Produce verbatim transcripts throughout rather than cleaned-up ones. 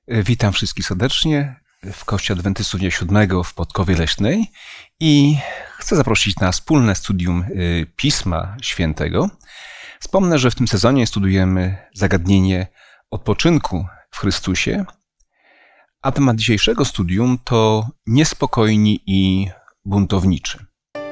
Witam wszystkich serdecznie w Kościele Adwentystów Dnia Siódmego w Podkowie Leśnej i chcę zaprosić na wspólne studium Pisma Świętego. Wspomnę, że w tym sezonie studujemy zagadnienie odpoczynku w Chrystusie, a temat dzisiejszego studium to niespokojni i buntowniczy.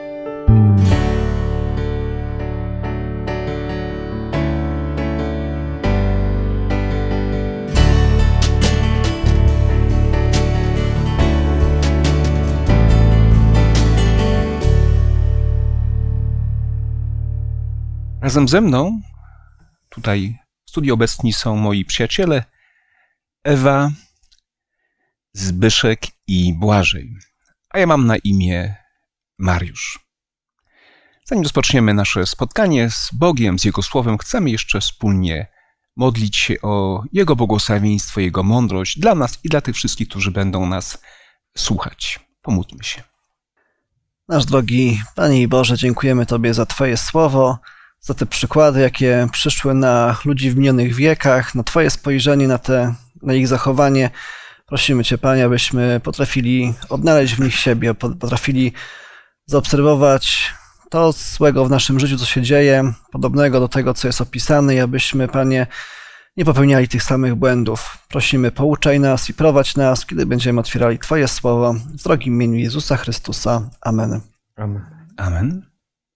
Razem ze mną tutaj w studiu obecni są moi przyjaciele Ewa, Zbyszek i Błażej, a ja mam na imię Mariusz. Zanim rozpoczniemy nasze spotkanie z Bogiem, z Jego Słowem, chcemy jeszcze wspólnie modlić się o Jego błogosławieństwo, Jego mądrość dla nas i dla tych wszystkich, którzy będą nas słuchać. Pomódlmy się. Nasz drogi Panie i Boże, dziękujemy Tobie za Twoje słowo, za te przykłady, jakie przyszły na ludzi w minionych wiekach, na Twoje spojrzenie, na, te, na ich zachowanie. Prosimy Cię, Panie, abyśmy potrafili odnaleźć w nich siebie, potrafili zaobserwować to złego w naszym życiu, co się dzieje, podobnego do tego, co jest opisane i abyśmy, Panie, nie popełniali tych samych błędów. Prosimy, pouczaj nas i prowadź nas, kiedy będziemy otwierali Twoje słowo. W drogim imieniu Jezusa Chrystusa. Amen. Amen. Amen.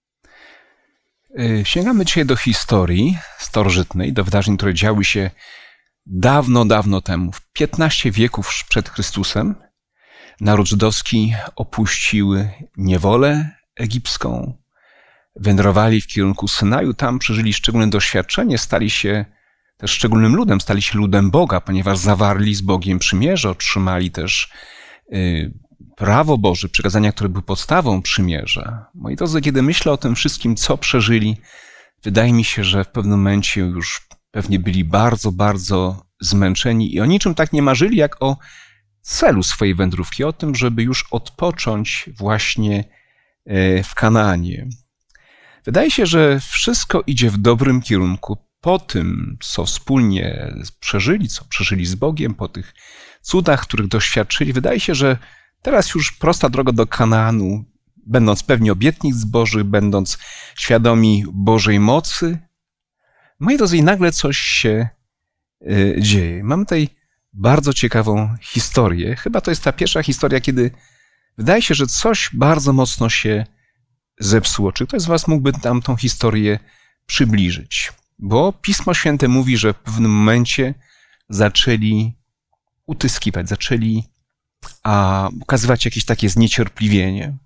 Sięgamy dzisiaj do historii starożytnej, do wydarzeń, które działy się dawno, dawno temu, w piętnaście wieków przed Chrystusem. Naród żydowski opuścił niewolę egipską, wędrowali w kierunku Synaju, tam przeżyli szczególne doświadczenie, stali się też szczególnym ludem, stali się ludem Boga, ponieważ zawarli z Bogiem przymierze, otrzymali też y, prawo Boże, przykazania, które były podstawą przymierza. Moi drodzy, kiedy myślę o tym wszystkim, co przeżyli, wydaje mi się, że w pewnym momencie już pewnie byli bardzo, bardzo zmęczeni i o niczym tak nie marzyli, jak o celu swojej wędrówki, o tym, żeby już odpocząć właśnie w Kanaanie. Wydaje się, że wszystko idzie w dobrym kierunku po tym, co wspólnie przeżyli, co przeżyli z Bogiem, po tych cudach, których doświadczyli. Wydaje się, że teraz już prosta droga do Kanaanu, będąc pewni obietnic Bożych, będąc świadomi Bożej mocy. Moi drodzy, i nagle coś się y, dzieje. Mam tutaj bardzo ciekawą historię. Chyba to jest ta pierwsza historia, kiedy wydaje się, że coś bardzo mocno się zepsuło. Czy ktoś z was mógłby nam tą historię przybliżyć? Bo Pismo Święte mówi, że w pewnym momencie zaczęli utyskiwać, zaczęli a okazywać jakieś takie zniecierpliwienie.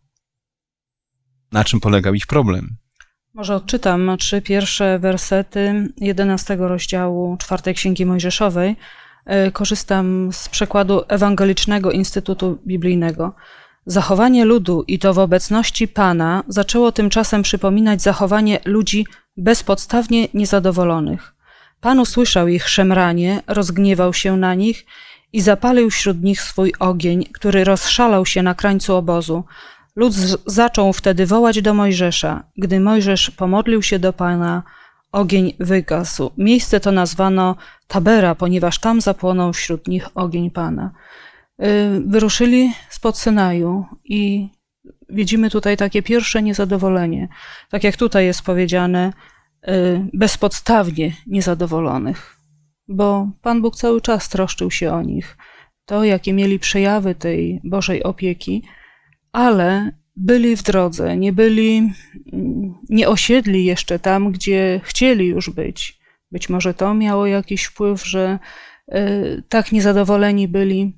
Na czym polegał ich problem? Może odczytam trzy pierwsze wersety jedenastego rozdziału czwartej Księgi Mojżeszowej. Korzystam z przekładu Ewangelicznego Instytutu Biblijnego. Zachowanie ludu i to w obecności Pana zaczęło tymczasem przypominać zachowanie ludzi bezpodstawnie niezadowolonych. Pan usłyszał ich szemranie, rozgniewał się na nich i zapalił wśród nich swój ogień, który rozszalał się na krańcu obozu. Lud z- zaczął wtedy wołać do Mojżesza. Gdy Mojżesz pomodlił się do Pana, ogień wygasł. Miejsce to nazwano Tabera, ponieważ tam zapłonął wśród nich ogień Pana. Yy, wyruszyli spod Synaju i widzimy tutaj takie pierwsze niezadowolenie. Tak jak tutaj jest powiedziane, yy, bezpodstawnie niezadowolonych. Bo Pan Bóg cały czas troszczył się o nich. To, jakie mieli przejawy tej Bożej opieki, ale byli w drodze, nie byli, nie osiedli jeszcze tam, gdzie chcieli już być. Być może to miało jakiś wpływ, że y, tak niezadowoleni byli,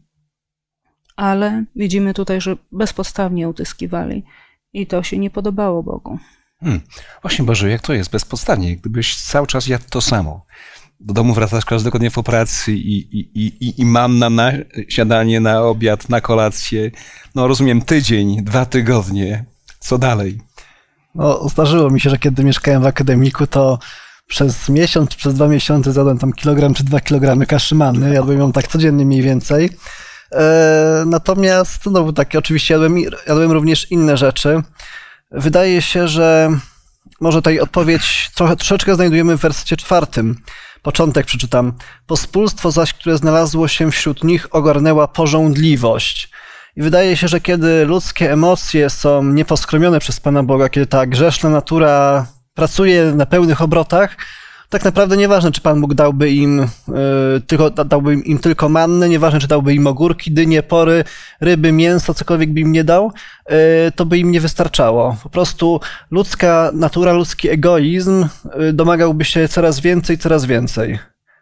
ale widzimy tutaj, że bezpodstawnie utyskiwali i to się nie podobało Bogu. Hmm. Właśnie, Boże, jak to jest bezpodstawnie? Gdybyś cały czas jadł to samo. Do domu wracasz każdego dnia po pracy i, i, i, i manna na śniadanie, na obiad, na kolację. No rozumiem, tydzień, dwa tygodnie. Co dalej? No, zdarzyło mi się, że kiedy mieszkałem w akademiku, to przez miesiąc, przez dwa miesiące zjadłem tam kilogram czy dwa kilogramy kaszy manny. Jadłem ją tak codziennie mniej więcej. E, natomiast, no tak, oczywiście jadłem, jadłem również inne rzeczy. Wydaje się, że może tutaj odpowiedź trochę, troszeczkę znajdujemy w wersecie czwartym. Początek przeczytam. Pospólstwo zaś, które znalazło się wśród nich, ogarnęła pożądliwość. I wydaje się, że kiedy ludzkie emocje są nieposkromione przez Pana Boga, kiedy ta grzeszna natura pracuje na pełnych obrotach, tak naprawdę nieważne, czy Pan Bóg dałby im, yy, tylko, dałby im tylko mannę, nieważne, czy dałby im ogórki, dynie, pory, ryby, mięso, cokolwiek by im nie dał, yy, to by im nie wystarczało. Po prostu ludzka natura, ludzki egoizm yy, domagałby się coraz więcej, coraz więcej.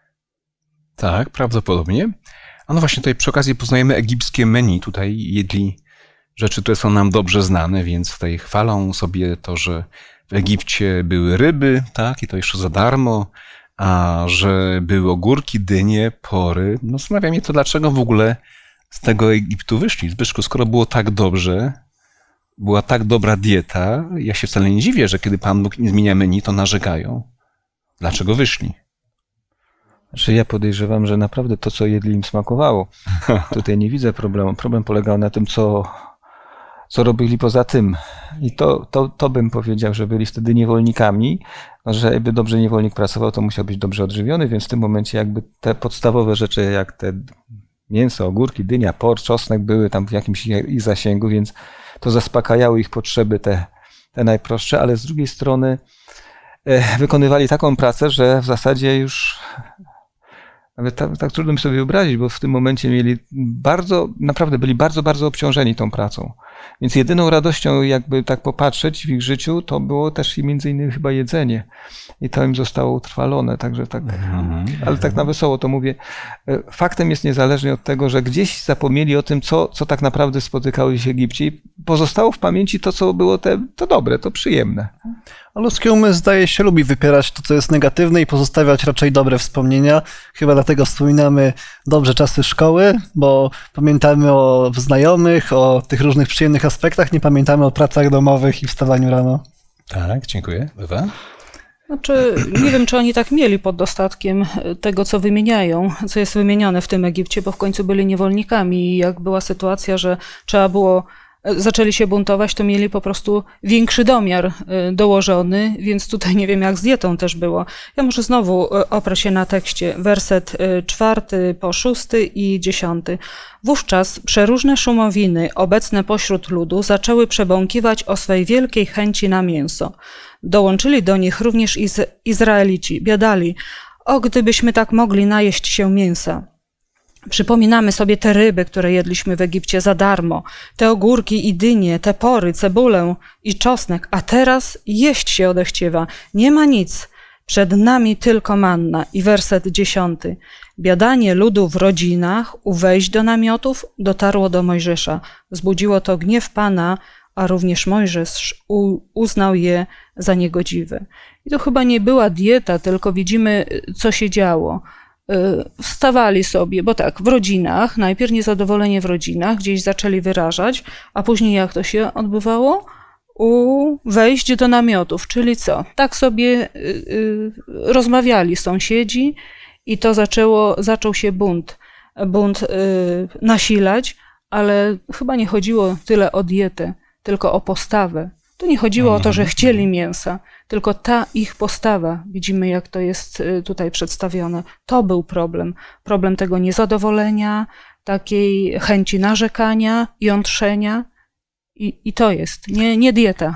Tak, prawdopodobnie. A no właśnie tutaj przy okazji poznajemy egipskie menu. Tutaj jedli rzeczy, które są nam dobrze znane, więc tutaj chwalą sobie to, że w Egipcie były ryby, tak, i to jeszcze za darmo, a że były ogórki, dynie, pory. No zastanawia mnie to, dlaczego w ogóle z tego Egiptu wyszli. Zbyszku, skoro było tak dobrze, była tak dobra dieta, ja się wcale nie dziwię, że kiedy Pan Bóg im zmienia menu, to narzekają. Dlaczego wyszli? Znaczy ja podejrzewam, że naprawdę to, co jedli, im smakowało. Tutaj nie widzę problemu. Problem polegał na tym, co, co robili poza tym. I to, to, to bym powiedział, że byli wtedy niewolnikami, że jakby dobrze niewolnik pracował, to musiał być dobrze odżywiony, więc w tym momencie jakby te podstawowe rzeczy, jak te mięso, ogórki, dynia, por, czosnek były tam w jakimś ich zasięgu, więc to zaspokajało ich potrzeby te, te najprostsze, ale z drugiej strony wykonywali taką pracę, że w zasadzie już nawet tak, tak trudno mi sobie wyobrazić, bo w tym momencie mieli bardzo, naprawdę byli bardzo, bardzo obciążeni tą pracą. Więc jedyną radością, jakby tak popatrzeć w ich życiu, to było też i między innymi chyba jedzenie. I to im zostało utrwalone, także tak, mm-hmm. ale tak na wesoło to mówię. Faktem jest niezależnie od tego, że gdzieś zapomnieli o tym, co, co tak naprawdę spotykało się w Egipcie i pozostało w pamięci to, co było te, to dobre, to przyjemne. A ludzki umysł, zdaje się, lubi wypierać to, co jest negatywne i pozostawiać raczej dobre wspomnienia. Chyba dlatego wspominamy dobrze czasy szkoły, bo pamiętamy o znajomych, o tych różnych przyjemnych aspektach, nie pamiętamy o pracach domowych i wstawaniu rano. Tak, dziękuję. Ewa? Znaczy, nie wiem, czy oni tak mieli pod dostatkiem tego, co wymieniają, co jest wymienione w tym Egipcie, bo w końcu byli niewolnikami i jak była sytuacja, że trzeba było, zaczęli się buntować, to mieli po prostu większy domiar dołożony, więc tutaj nie wiem, jak z dietą też było. Ja może znowu oprę się na tekście, werset czwarty po szósty i dziesiąty. Wówczas przeróżne szumowiny obecne pośród ludu zaczęły przebąkiwać o swej wielkiej chęci na mięso. Dołączyli do nich również Iz- Izraelici, biadali, o gdybyśmy tak mogli najeść się mięsa. Przypominamy sobie te ryby, które jedliśmy w Egipcie za darmo, te ogórki i dynie, te pory, cebulę i czosnek, a teraz jeść się odechciewa, nie ma nic, przed nami tylko manna. I werset dziesiąty. Biadanie ludu w rodzinach, u wejść do namiotów, dotarło do Mojżesza. Wzbudziło to gniew Pana, a również Mojżesz uznał je za niegodziwe. I to chyba nie była dieta, tylko widzimy, co się działo. Wstawali sobie, bo tak, w rodzinach, najpierw niezadowolenie w rodzinach, gdzieś zaczęli wyrażać, a później jak to się odbywało? U wejść do namiotów, czyli co? Tak sobie y, y, rozmawiali sąsiedzi i to zaczęło, zaczął się bunt, bunt y, nasilać, ale chyba nie chodziło tyle o dietę, tylko o postawę. Tu nie chodziło o to, że chcieli mięsa, tylko ta ich postawa, widzimy jak to jest tutaj przedstawione, to był problem. Problem tego niezadowolenia, takiej chęci narzekania, jątrzenia i, i to jest, nie, nie dieta.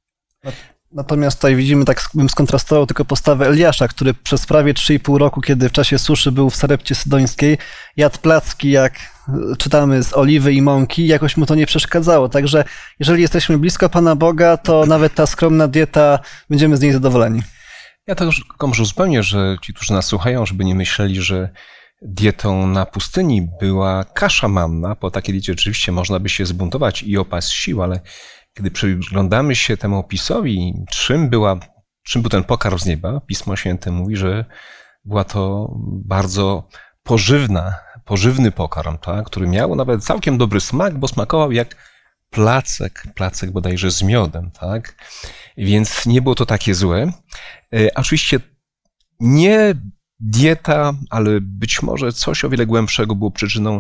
Natomiast tutaj widzimy, tak bym skontrastował tylko postawę Eliasza, który przez prawie trzy i pół roku, kiedy w czasie suszy był w Sarepcie Sydońskiej, jadł placki, jak czytamy, z oliwy i mąki, jakoś mu to nie przeszkadzało. Także jeżeli jesteśmy blisko Pana Boga, to nawet ta skromna dieta, będziemy z niej zadowoleni. Ja tylko może uzupełnię, że ci, którzy nas słuchają, żeby nie myśleli, że dietą na pustyni była kasza manna. Po takiej diecie oczywiście można by się zbuntować i opaść sił, ale kiedy przyglądamy się temu opisowi, czym, była, czym był ten pokarm z nieba, Pismo Święte mówi, że była to bardzo pożywna, pożywny pokarm, tak, który miał nawet całkiem dobry smak, bo smakował jak placek, placek bodajże z miodem, tak, więc nie było to takie złe. E, oczywiście nie dieta, ale być może coś o wiele głębszego było przyczyną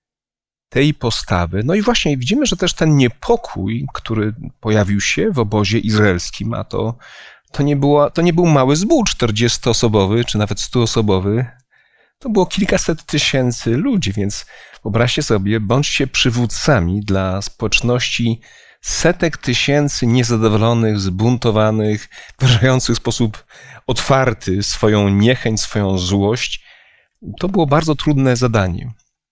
tej postawy. No i właśnie widzimy, że też ten niepokój, który pojawił się w obozie izraelskim, a to to nie, była, to nie był mały zbór czterdziestoosobowy, czy nawet stuosobowy. To było kilkaset tysięcy ludzi, więc wyobraźcie sobie, bądźcie przywódcami dla społeczności setek tysięcy niezadowolonych, zbuntowanych, wyrażających w sposób otwarty swoją niechęć, swoją złość. To było bardzo trudne zadanie.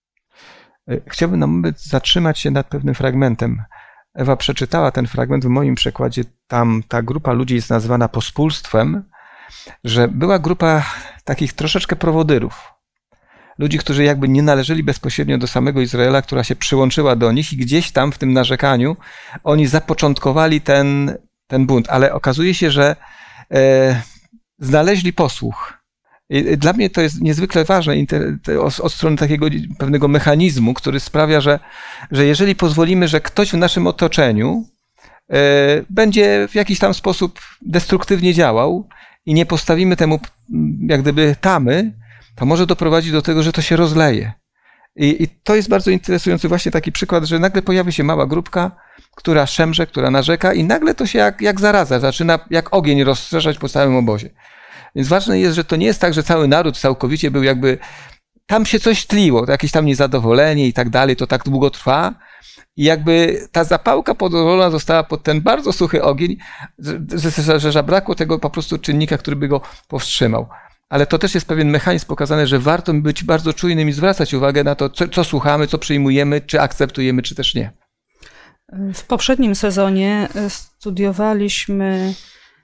Chciałbym na moment zatrzymać się nad pewnym fragmentem. Ewa przeczytała ten fragment w moim przekładzie. Tam ta grupa ludzi jest nazywana pospólstwem, że była grupa takich troszeczkę prowodyrów. Ludzi, którzy jakby nie należeli bezpośrednio do samego Izraela, która się przyłączyła do nich i gdzieś tam w tym narzekaniu oni zapoczątkowali ten, ten bunt. Ale okazuje się, że e, znaleźli posłuch. I dla mnie to jest niezwykle ważne od strony takiego pewnego mechanizmu, który sprawia, że, że jeżeli pozwolimy, że ktoś w naszym otoczeniu e, będzie w jakiś tam sposób destruktywnie działał i nie postawimy temu jak gdyby tamy, to może doprowadzić do tego, że to się rozleje. I, I to jest bardzo interesujący właśnie taki przykład, że nagle pojawi się mała grupka, która szemrze, która narzeka i nagle to się jak, jak zaraza, zaczyna jak ogień rozszerzać po całym obozie. Więc ważne jest, że to nie jest tak, że cały naród całkowicie był jakby, tam się coś tliło, jakieś tam niezadowolenie i tak dalej, to tak długo trwa i jakby ta zapałka podłożona została pod ten bardzo suchy ogień, że, że, że zabrakło tego po prostu czynnika, który by go powstrzymał. Ale to też jest pewien mechanizm pokazany, że warto być bardzo czujnym i zwracać uwagę na to, co, co słuchamy, co przyjmujemy, czy akceptujemy, czy też nie. W poprzednim sezonie studiowaliśmy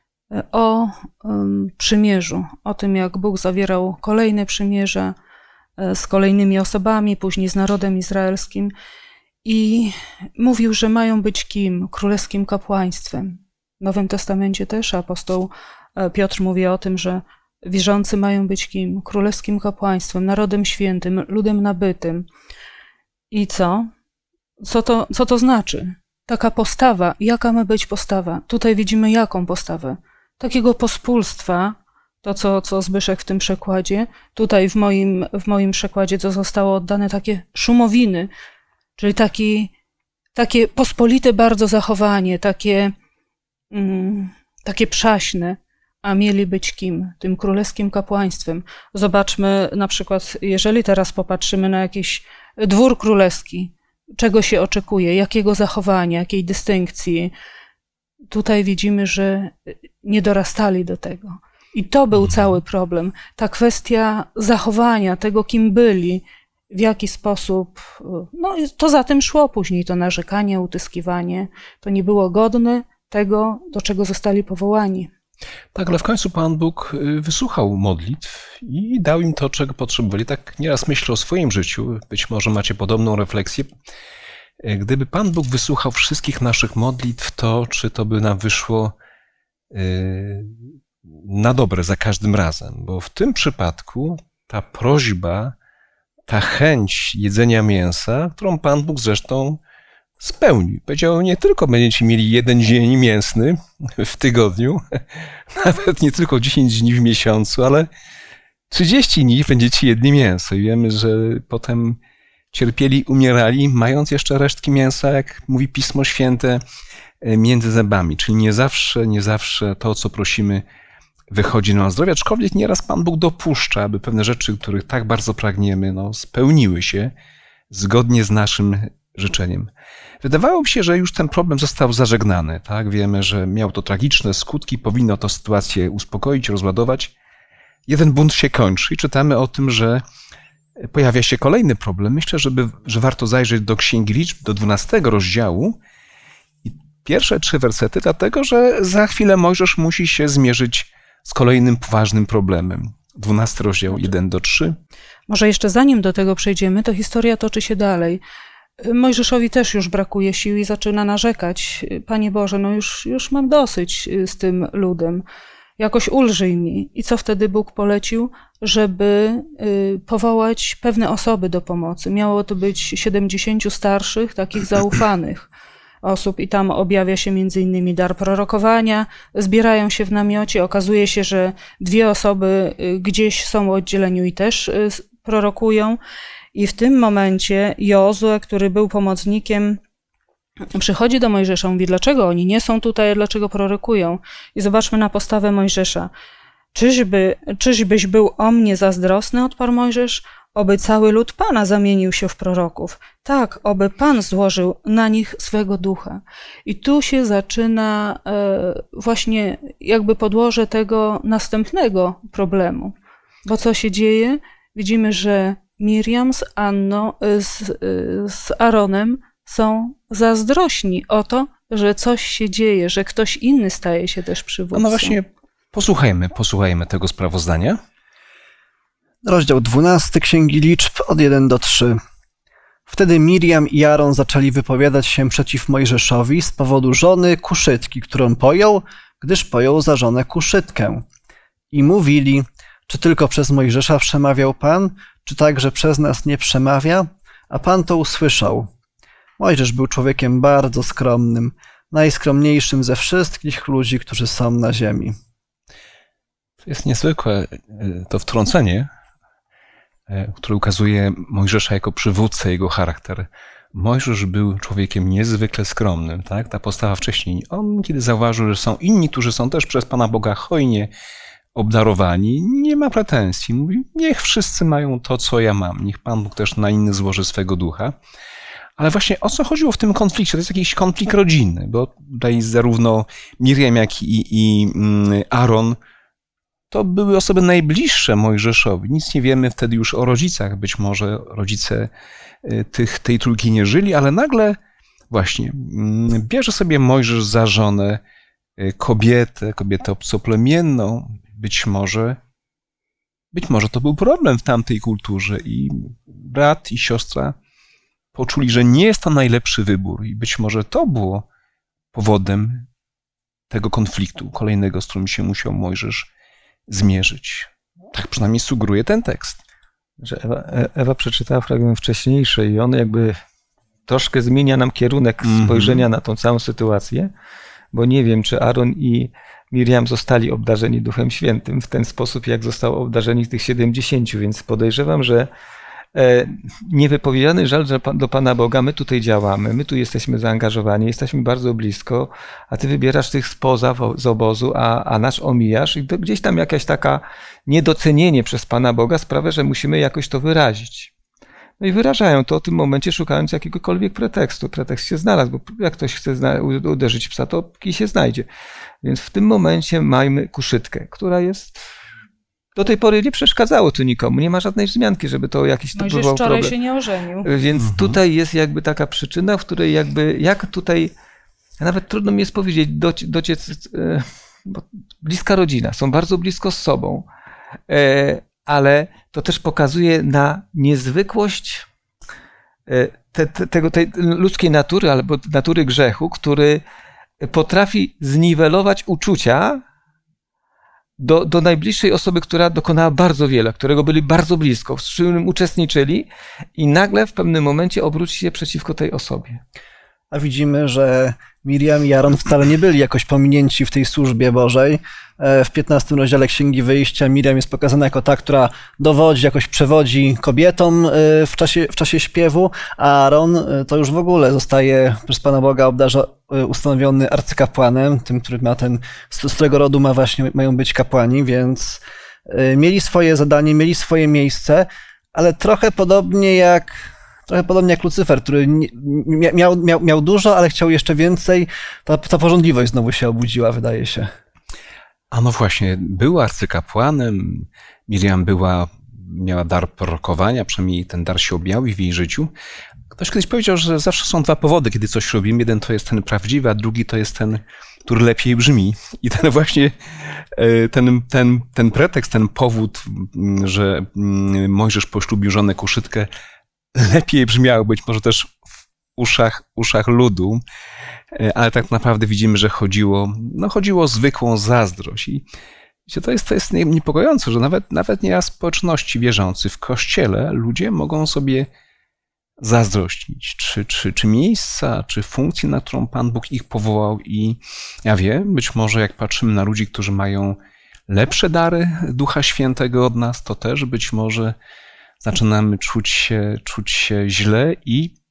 o um, przymierzu, o tym, jak Bóg zawierał kolejne przymierza z kolejnymi osobami, później z narodem izraelskim i mówił, że mają być kim? Królewskim kapłaństwem. W Nowym Testamencie też apostoł Piotr mówi o tym, że wierzący mają być kim? Królewskim kapłaństwem, narodem świętym, ludem nabytym. I co? Co to, co to znaczy? Taka postawa. Jaka ma być postawa? Tutaj widzimy jaką postawę? Takiego pospólstwa, to co, co Zbyszek w tym przekładzie, tutaj w moim, w moim przekładzie to zostało oddane takie szumowiny, czyli taki, takie pospolite bardzo zachowanie, takie, mm, takie przaśne, a mieli być kim? Tym królewskim kapłaństwem. Zobaczmy na przykład, jeżeli teraz popatrzymy na jakiś dwór królewski, czego się oczekuje, jakiego zachowania, jakiej dystynkcji. Tutaj widzimy, że nie dorastali do tego. I to był cały problem. Ta kwestia zachowania, tego kim byli, w jaki sposób, no to za tym szło później to narzekanie, utyskiwanie. To nie było godne tego, do czego zostali powołani. Tak, ale w końcu Pan Bóg wysłuchał modlitw i dał im to, czego potrzebowali. Tak nieraz myślę o swoim życiu, być może macie podobną refleksję. Gdyby Pan Bóg wysłuchał wszystkich naszych modlitw, to czy to by nam wyszło na dobre za każdym razem? Bo w tym przypadku ta prośba, ta chęć jedzenia mięsa, którą Pan Bóg zresztą spełnił. Powiedział, nie tylko będziecie mieli jeden dzień mięsny w tygodniu, nawet nie tylko dziesięć dni w miesiącu, ale trzydzieści dni będziecie jedli mięso. I wiemy, że potem cierpieli, umierali, mając jeszcze resztki mięsa, jak mówi Pismo Święte, między zębami. Czyli nie zawsze, nie zawsze to, co prosimy, wychodzi na zdrowie, aczkolwiek nieraz Pan Bóg dopuszcza, aby pewne rzeczy, których tak bardzo pragniemy, no, spełniły się zgodnie z naszym życzeniem. Wydawało mi się, że już ten problem został zażegnany. Tak? Wiemy, że miał to tragiczne skutki, powinno to sytuację uspokoić, rozładować. Jeden bunt się kończy i czytamy o tym, że pojawia się kolejny problem. Myślę, żeby, że warto zajrzeć do Księgi Liczb, do dwunastego rozdziału i pierwsze trzy wersety, dlatego że za chwilę Mojżesz musi się zmierzyć z kolejnym poważnym problemem. dwunasty rozdział, jeden do trzech. Może jeszcze zanim do tego przejdziemy, to historia toczy się dalej. Mojżeszowi też już brakuje sił i zaczyna narzekać. Panie Boże, no już, już mam dosyć z tym ludem. Jakoś ulżyj mi. I co wtedy Bóg polecił? Żeby powołać pewne osoby do pomocy. Miało to być siedemdziesięciu starszych, takich zaufanych osób i tam objawia się między innymi dar prorokowania. Zbierają się w namiocie. Okazuje się, że dwie osoby gdzieś są w oddzieleniu i też prorokują. I w tym momencie Jozue, który był pomocnikiem przychodzi do Mojżesza, mówi, dlaczego oni nie są tutaj, dlaczego prorokują. I zobaczmy na postawę Mojżesza. Czyżby, czyżbyś był o mnie zazdrosny, odparł Mojżesz? Oby cały lud Pana zamienił się w proroków. Tak, oby Pan złożył na nich swego ducha. I tu się zaczyna e, właśnie jakby podłoże tego następnego problemu. Bo co się dzieje? Widzimy, że Miriam z, Anno, z, z Aaronem są zazdrośni o to, że coś się dzieje, że ktoś inny staje się też przywódcą. No właśnie, posłuchajmy, posłuchajmy tego sprawozdania. Rozdział dwunasty Księgi Liczb od jeden do trzech. Wtedy Miriam i Aaron zaczęli wypowiadać się przeciw Mojżeszowi z powodu żony Kuszytki, którą pojął, gdyż pojął za żonę Kuszytkę. I mówili, czy tylko przez Mojżesza przemawiał Pan, czy także przez nas nie przemawia? A Pan to usłyszał. Mojżesz był człowiekiem bardzo skromnym, najskromniejszym ze wszystkich ludzi, którzy są na ziemi. To jest niezwykłe to wtrącenie, które ukazuje Mojżesza jako przywódcę, jego charakter. Mojżesz był człowiekiem niezwykle skromnym, tak? Ta postawa wcześniej. On, kiedy zauważył, że są inni, którzy są też przez Pana Boga hojnie obdarowani, nie ma pretensji. Mówi, niech wszyscy mają to, co ja mam. Niech Pan Bóg też na inny złoży swego ducha. Ale właśnie o co chodziło w tym konflikcie? To jest jakiś konflikt rodzinny, bo tutaj zarówno Miriam, jak i, i Aaron to były osoby najbliższe Mojżeszowi. Nic nie wiemy wtedy już o rodzicach. Być może rodzice tych, tej trójki nie żyli, ale nagle właśnie bierze sobie Mojżesz za żonę kobietę, kobietę obcoplemienną. Być może, być może to był problem w tamtej kulturze i brat i siostra poczuli, że nie jest to najlepszy wybór i być może to było powodem tego konfliktu kolejnego, z którym się musiał Mojżesz zmierzyć. Tak przynajmniej sugeruje ten tekst. Że Ewa, Ewa przeczytała fragment wcześniejszy i on jakby troszkę zmienia nam kierunek mm-hmm. spojrzenia na tą całą sytuację, bo nie wiem, czy Aaron i Miriam zostali obdarzeni Duchem Świętym w ten sposób, jak zostało obdarzeni tych siedemdziesięciu, więc podejrzewam, że niewypowiedziany żal do Pana Boga, my tutaj działamy, my tu jesteśmy zaangażowani, jesteśmy bardzo blisko, a Ty wybierasz tych spoza z obozu, a, a nas omijasz i to gdzieś tam jakaś taka niedocenienie przez Pana Boga sprawia, że musimy jakoś to wyrazić. No i wyrażają to w tym momencie, szukając jakiegokolwiek pretekstu. Pretekst się znalazł, bo jak ktoś chce uderzyć psa, to kij się znajdzie. Więc w tym momencie mamy Kuszytkę, która jest... Do tej pory nie przeszkadzało tu nikomu, nie ma żadnej wzmianki, żeby to jakiś to był problem. wczoraj się nie ożenił. Więc mhm. tutaj jest jakby taka przyczyna, w której jakby, jak tutaj, nawet trudno mi jest powiedzieć, docie, dociec, e, bo bliska rodzina, są bardzo blisko z sobą, e, ale to też pokazuje na niezwykłość e, te, te, tego, tej ludzkiej natury, albo natury grzechu, który potrafi zniwelować uczucia Do, do najbliższej osoby, która dokonała bardzo wiele, którego byli bardzo blisko, z czym uczestniczyli i nagle w pewnym momencie obróci się przeciwko tej osobie. A widzimy, że Miriam i Aaron wcale nie byli jakoś pominięci w tej służbie Bożej. W piętnastym rozdziale Księgi Wyjścia Miriam jest pokazana jako ta, która dowodzi, jakoś przewodzi kobietom w czasie, w czasie śpiewu, a Aaron to już w ogóle zostaje przez Pana Boga obdarza, ustanowiony arcykapłanem, tym, który ma ten, z którego rodu ma właśnie, mają być kapłani, więc mieli swoje zadanie, mieli swoje miejsce, ale trochę podobnie jak Trochę podobnie jak Lucyfer, który miał, miał, miał dużo, ale chciał jeszcze więcej. Ta, ta pożądliwość znowu się obudziła, wydaje się. A no właśnie, był arcykapłanem, Miriam była, miała dar prorokowania, przynajmniej ten dar się objawił w jej życiu. Ktoś kiedyś powiedział, że zawsze są dwa powody, kiedy coś robimy. Jeden to jest ten prawdziwy, a drugi to jest ten, który lepiej brzmi. I ten właśnie, ten, ten, ten pretekst, ten powód, że Mojżesz poślubił żonę Kuszytkę, lepiej brzmiało być może też w uszach, uszach ludu, ale tak naprawdę widzimy, że chodziło, no chodziło o zwykłą zazdrość. I to jest, to jest niepokojące, że nawet, nawet nieraz w społeczności wierzących, w kościele ludzie mogą sobie zazdrościć, czy, czy, czy miejsca, czy funkcji, na którą Pan Bóg ich powołał. I ja wiem, być może jak patrzymy na ludzi, którzy mają lepsze dary Ducha Świętego od nas, to też być może zaczynamy czuć się, czuć się źle i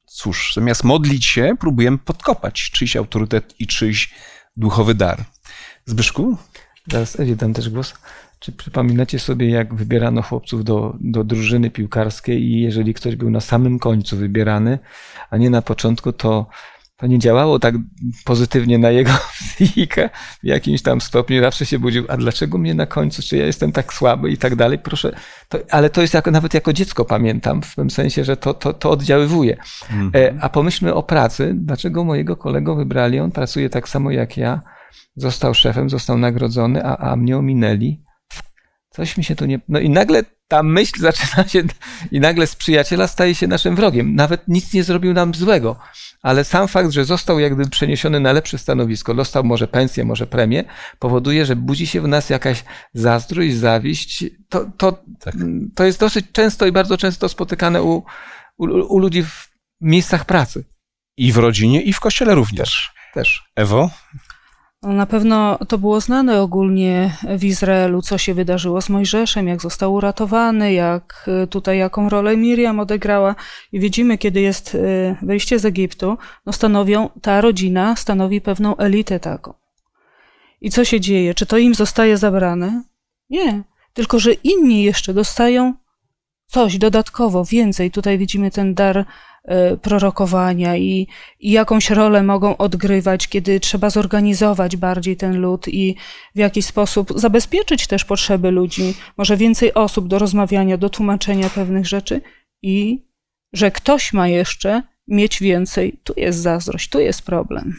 cóż, zamiast modlić się, próbujemy podkopać czyjś autorytet i czyjś duchowy dar. Zbyszku? Zaraz Ewie dam też głos. Czy przypominacie sobie, jak wybierano chłopców do, do drużyny piłkarskiej i jeżeli ktoś był na samym końcu wybierany, a nie na początku, to, to nie działało tak pozytywnie na jego psychikę w jakimś tam stopniu. Zawsze się budził, a dlaczego mnie na końcu, czy ja jestem tak słaby i tak dalej. Proszę, to, ale to jest jako, nawet jako dziecko pamiętam, w tym sensie, że to, to, to oddziaływuje. Mhm. E, a pomyślmy o pracy. Dlaczego mojego kolegę wybrali? On pracuje tak samo jak ja. Został szefem, został nagrodzony, a, a mnie ominęli. Coś mi się tu nie... No i nagle ta myśl zaczyna się... I nagle z przyjaciela staje się naszym wrogiem. Nawet nic nie zrobił nam złego. Ale sam fakt, że został jak gdyby przeniesiony na lepsze stanowisko, dostał może pensję, może premię, powoduje, że budzi się w nas jakaś zazdrość, zawiść. To, to, tak. to jest dosyć często i bardzo często spotykane u, u, u ludzi w miejscach pracy. I w rodzinie, i w kościele również. Też. Ewo? Na pewno to było znane ogólnie w Izraelu, co się wydarzyło z Mojżeszem, jak został uratowany, jak tutaj jaką rolę Miriam odegrała. I widzimy, kiedy jest wyjście z Egiptu, no stanowią, ta rodzina stanowi pewną elitę taką. I co się dzieje? Czy to im zostaje zabrane? Nie. Tylko że inni jeszcze dostają coś dodatkowo, więcej. Tutaj widzimy ten dar prorokowania i, i jakąś rolę mogą odgrywać, kiedy trzeba zorganizować bardziej ten lud i w jakiś sposób zabezpieczyć też potrzeby ludzi, może więcej osób do rozmawiania, do tłumaczenia pewnych rzeczy i że ktoś ma jeszcze mieć więcej. Tu jest zazdrość, tu jest problem.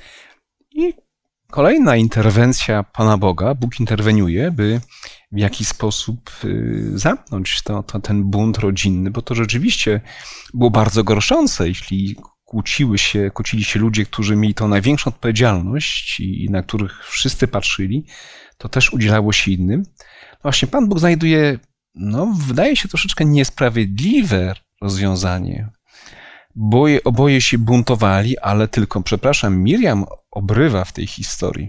I kolejna interwencja Pana Boga. Bóg interweniuje, by w jakiś sposób zamknąć to, to, ten bunt rodzinny, bo to rzeczywiście było bardzo gorszące, jeśli kłóciły się, kłócili się ludzie, którzy mieli tą największą odpowiedzialność i na których wszyscy patrzyli, to też udzielało się innym. No właśnie Pan Bóg znajduje, no wydaje się troszeczkę niesprawiedliwe rozwiązanie. Boje, oboje się buntowali, ale tylko, przepraszam, Miriam obrywa w tej historii.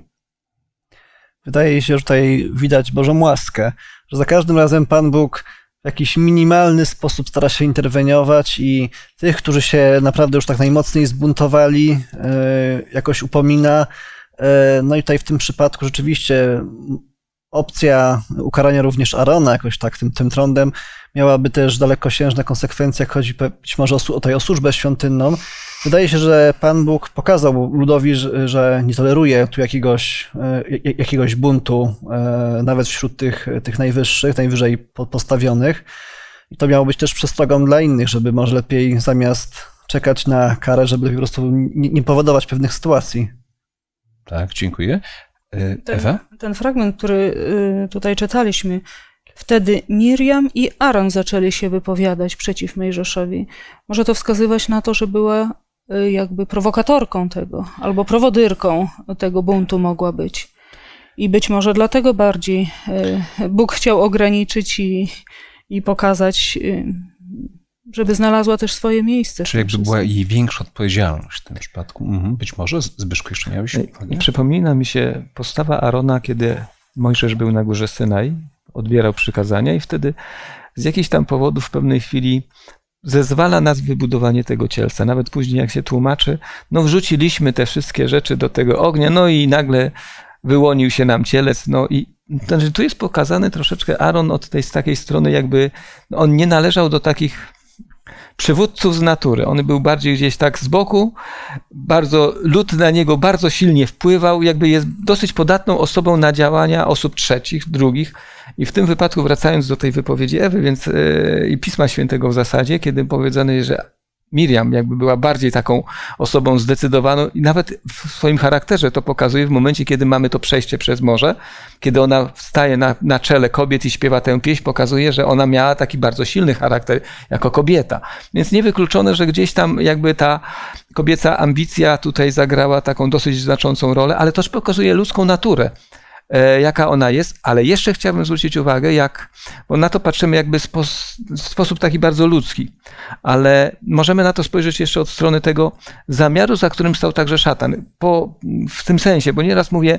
Wydaje się, że tutaj widać Bożą łaskę, że za każdym razem Pan Bóg w jakiś minimalny sposób stara się interweniować i tych, którzy się naprawdę już tak najmocniej zbuntowali, jakoś upomina. No i tutaj w tym przypadku rzeczywiście opcja ukarania również Arona jakoś tak tym, tym trądem miałaby też dalekosiężne konsekwencje, jak chodzi być może o, tutaj o służbę świątynną. Wydaje się, że Pan Bóg pokazał ludowi, że, że nie toleruje tu jakiegoś, jakiegoś buntu, nawet wśród tych, tych najwyższych, najwyżej postawionych. I to miało być też przestrogą dla innych, żeby może lepiej zamiast czekać na karę, żeby po prostu nie, nie powodować pewnych sytuacji. Tak, dziękuję. Ewa? Ten, ten fragment, który tutaj czytaliśmy, wtedy Miriam i Aaron zaczęli się wypowiadać przeciw Mojżeszowi. Może to wskazywać na to, że była jakby prowokatorką tego, albo prowodyrką tego buntu mogła być. I być może dlatego bardziej Bóg chciał ograniczyć i, i pokazać, żeby znalazła też swoje miejsce. Czyli jakby była jej większa odpowiedzialność w tym przypadku. Mhm. Być może, Zbyszku, jeszcze miałeś uwagę? Przypomina mi się postawa Arona, kiedy Mojżesz był na górze Synaj, odbierał przykazania i wtedy z jakichś tam powodów w pewnej chwili zezwala na wybudowanie tego cielca. Nawet później, jak się tłumaczy, no wrzuciliśmy te wszystkie rzeczy do tego ognia, no i nagle wyłonił się nam cielec, no i znaczy, tu jest pokazany troszeczkę Aaron od tej z takiej strony, jakby no, on nie należał do takich przywódców z natury. On był bardziej gdzieś tak z boku, bardzo lud na niego bardzo silnie wpływał, jakby jest dosyć podatną osobą na działania osób trzecich, drugich. I w tym wypadku, wracając do tej wypowiedzi Ewy, więc yy, i Pisma Świętego w zasadzie, kiedy powiedziane jest, że Miriam jakby była bardziej taką osobą zdecydowaną i nawet w swoim charakterze to pokazuje w momencie, kiedy mamy to przejście przez morze, kiedy ona staje na, na czele kobiet i śpiewa tę pieśń, pokazuje, że ona miała taki bardzo silny charakter jako kobieta. Więc niewykluczone, że gdzieś tam jakby ta kobieca ambicja tutaj zagrała taką dosyć znaczącą rolę, ale też pokazuje ludzką naturę, jaka ona jest, ale jeszcze chciałbym zwrócić uwagę, jak, bo na to patrzymy jakby spos, w sposób taki bardzo ludzki, ale możemy na to spojrzeć jeszcze od strony tego zamiaru, za którym stał także szatan. Po, w tym sensie, bo nieraz mówię,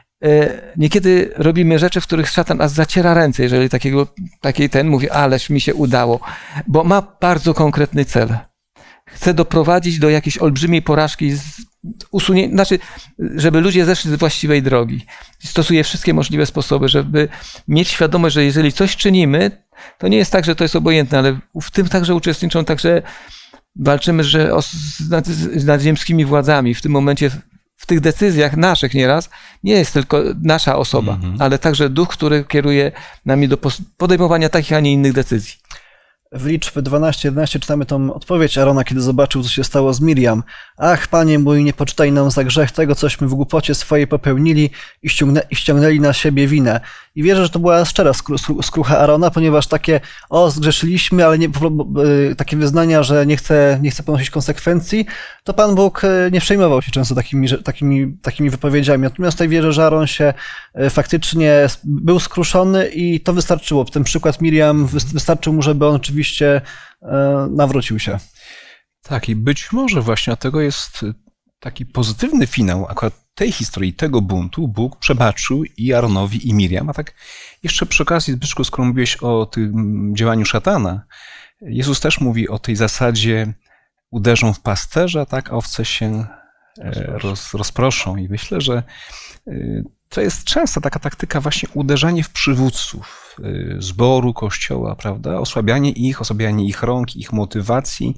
niekiedy robimy rzeczy, w których szatan aż zaciera ręce, jeżeli takiego, takiej ten mówi, ależ mi się udało, bo ma bardzo konkretny cel. chce doprowadzić do jakiejś olbrzymiej porażki, usunie, znaczy, żeby ludzie zeszli z właściwej drogi. Stosuje wszystkie możliwe sposoby, żeby mieć świadomość, że jeżeli coś czynimy, to nie jest tak, że to jest obojętne, ale w tym także uczestniczą, także walczymy że o, z, nad, z nadziemskimi władzami. W tym momencie w tych decyzjach naszych nieraz nie jest tylko nasza osoba, mhm. ale także duch, który kieruje nami do podejmowania takich, a nie innych decyzji. W liczbie dwanaście jedenaście czytamy tą odpowiedź Arona, kiedy zobaczył, co się stało z Miriam. Ach, Panie mój, nie poczytaj nam za grzech tego, cośmy w głupocie swojej popełnili i, ściągnę, i ściągnęli na siebie winę. I wierzę, że to była szczera skrucha Arona, ponieważ takie, o, zgrzeszyliśmy, ale nie, takie wyznania, że nie chce, nie chce ponosić konsekwencji, to Pan Bóg nie przejmował się często takimi, takimi, takimi wypowiedziami. Natomiast tutaj wierzę, że Aaron się faktycznie był skruszony i to wystarczyło. Ten przykład Miriam wystarczył mu, żeby on oczywiście nawrócił się. Tak, i być może właśnie dlatego jest taki pozytywny finał akurat tej historii, tego buntu. Bóg przebaczył i Aaronowi, i Miriam. A tak jeszcze przy okazji, Zbyszku, skoro mówiłeś o tym działaniu szatana, Jezus też mówi o tej zasadzie uderzą w pasterza, tak, a owce się roz, rozproszą. I myślę, że to jest często taka taktyka właśnie uderzanie w przywódców zboru, kościoła, prawda? Osłabianie ich, osłabianie ich rąk, ich motywacji,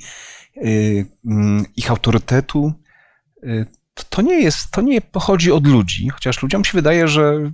ich autorytetu. To nie jest, to nie pochodzi od ludzi, chociaż ludziom się wydaje, że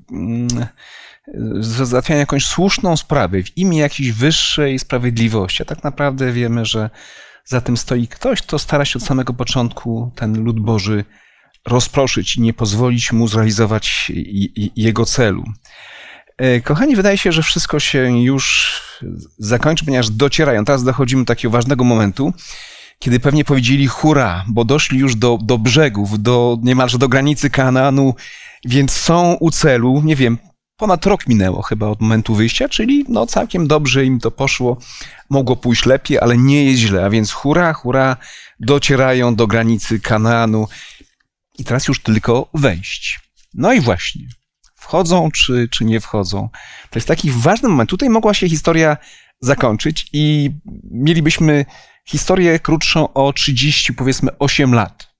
załatwiają jakąś słuszną sprawę w imię jakiejś wyższej sprawiedliwości. A tak naprawdę wiemy, że za tym stoi ktoś, kto stara się od samego początku ten lud Boży rozproszyć i nie pozwolić mu zrealizować jego celu. Kochani, wydaje się, że wszystko się już zakończy, ponieważ docierają. Teraz dochodzimy do takiego ważnego momentu, kiedy pewnie powiedzieli hurra, bo doszli już do, do brzegów, do, niemalże do granicy Kanaanu, więc są u celu, nie wiem, ponad rok minęło chyba od momentu wyjścia, czyli no całkiem dobrze im to poszło, mogło pójść lepiej, ale nie jest źle, a więc hurra, hurra, docierają do granicy Kanaanu i teraz już tylko wejść. No i właśnie, wchodzą czy, czy nie wchodzą. To jest taki ważny moment. Tutaj mogła się historia zakończyć i mielibyśmy historię krótszą o trzydzieści, powiedzmy, osiem lat.